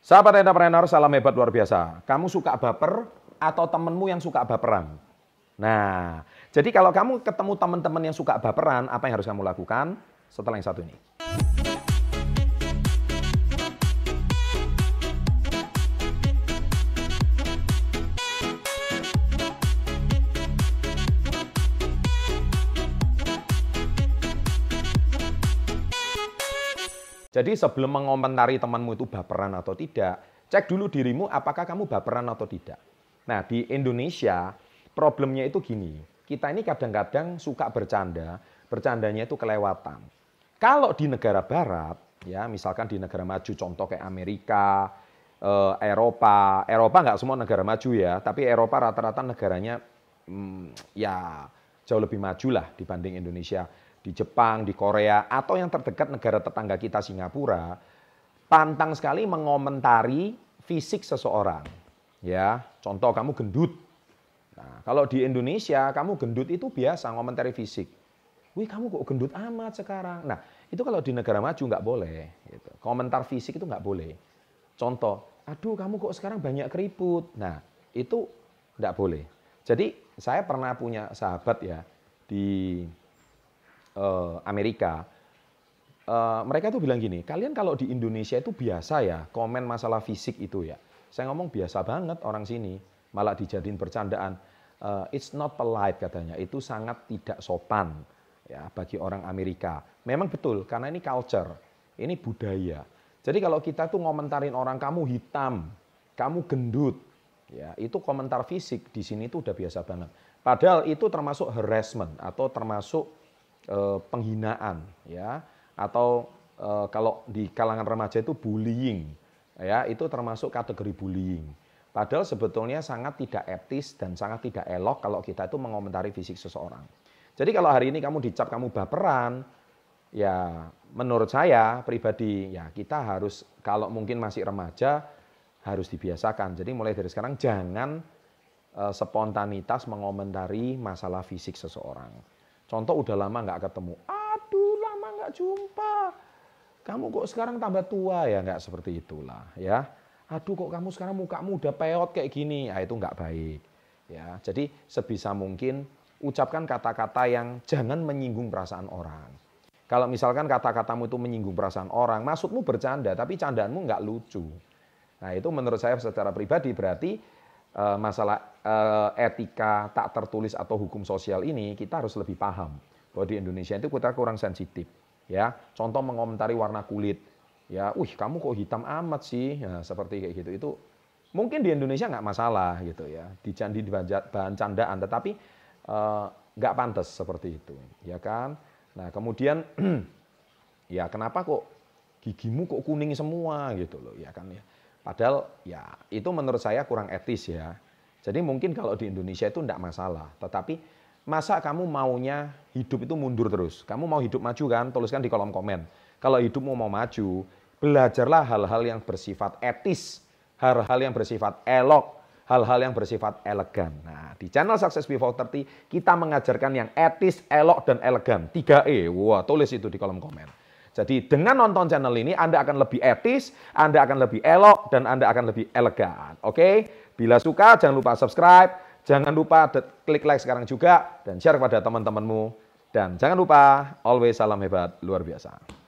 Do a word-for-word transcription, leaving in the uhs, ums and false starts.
Sahabat entrepreneur, salam hebat luar biasa. Kamu suka baper atau temenmu yang suka baperan? Nah, jadi kalau kamu ketemu teman-teman yang suka baperan, apa yang harus kamu lakukan setelah yang satu ini? Jadi sebelum mengomentari temanmu itu baperan atau tidak, cek dulu dirimu apakah kamu baperan atau tidak. Nah, di Indonesia problemnya itu gini, kita ini kadang-kadang suka bercanda, bercandanya itu kelewatan. Kalau di negara barat, ya misalkan di negara maju, contoh kayak Amerika, eh, Eropa, Eropa nggak semua negara maju ya, tapi Eropa rata-rata negaranya hmm, ya jauh lebih maju lah dibanding Indonesia. Di Jepang, di Korea, atau yang terdekat negara tetangga kita Singapura, pantang sekali mengomentari fisik seseorang. Ya, contoh kamu gendut. Nah, kalau di Indonesia kamu gendut itu biasa ngomentari fisik. Wih, kamu kok gendut amat sekarang. Nah, itu kalau di negara maju nggak boleh. Gitu. Komentar fisik itu nggak boleh. Contoh, aduh kamu kok sekarang banyak keriput. Nah, itu nggak boleh. Jadi saya pernah punya sahabat ya di Amerika, uh, mereka tuh bilang gini, kalian kalau di Indonesia itu biasa ya komen masalah fisik itu ya. Saya ngomong biasa banget orang sini, malah dijadiin bercandaan. Uh, it's not polite katanya, itu sangat tidak sopan ya bagi orang Amerika. Memang betul, karena ini culture, ini budaya. Jadi kalau kita tuh ngomentarin orang kamu hitam, kamu gendut, ya itu komentar fisik di sini tuh udah biasa banget. Padahal itu termasuk harassment atau termasuk penghinaan ya, atau e, kalau di kalangan remaja itu bullying ya, itu termasuk kategori bullying. Padahal sebetulnya sangat tidak etis dan sangat tidak elok kalau kita itu mengomentari fisik seseorang. Jadi kalau hari ini kamu dicap kamu baperan, ya menurut saya pribadi ya kita harus, kalau mungkin masih remaja harus dibiasakan. Jadi mulai dari sekarang jangan e, spontanitas mengomentari masalah fisik seseorang. Contoh udah lama nggak ketemu, aduh lama nggak jumpa, kamu kok sekarang tambah tua ya, nggak seperti itulah ya. Aduh kok kamu sekarang mukamu udah peot kayak gini, ya itu nggak baik ya. Jadi sebisa mungkin ucapkan kata-kata yang jangan menyinggung perasaan orang. Kalau misalkan kata-katamu itu menyinggung perasaan orang, maksudmu bercanda tapi candaanmu nggak lucu. Nah itu menurut saya secara pribadi berarti masalah etika tak tertulis atau hukum sosial ini kita harus lebih paham bahwa di Indonesia itu kita kurang sensitif ya. Contoh mengomentari warna kulit ya, wih kamu kok hitam amat sih ya, seperti kayak gitu. Itu mungkin di Indonesia nggak masalah gitu ya, dijadi bahan candaan, tetapi eh, nggak pantas seperti itu ya kan. Nah kemudian ya kenapa kok gigimu kok kuning semua gitu loh ya kan ya. Padahal ya itu menurut saya kurang etis ya. Jadi mungkin kalau di Indonesia itu enggak masalah. Tetapi masa kamu maunya hidup itu mundur terus? Kamu mau hidup maju kan? Tuliskan di kolom komen. Kalau hidupmu mau maju, belajarlah hal-hal yang bersifat etis. Hal-hal yang bersifat elok. Hal-hal yang bersifat elegan. Nah di channel Success Before tiga puluh kita mengajarkan yang etis, elok, dan elegan. tiga E. Wah tulis itu di kolom komen. Jadi dengan nonton channel ini Anda akan lebih etis, Anda akan lebih elok, dan Anda akan lebih elegan. Oke? Bila suka jangan lupa subscribe, jangan lupa klik like sekarang juga, dan share kepada teman-temanmu. Dan jangan lupa always salam hebat luar biasa.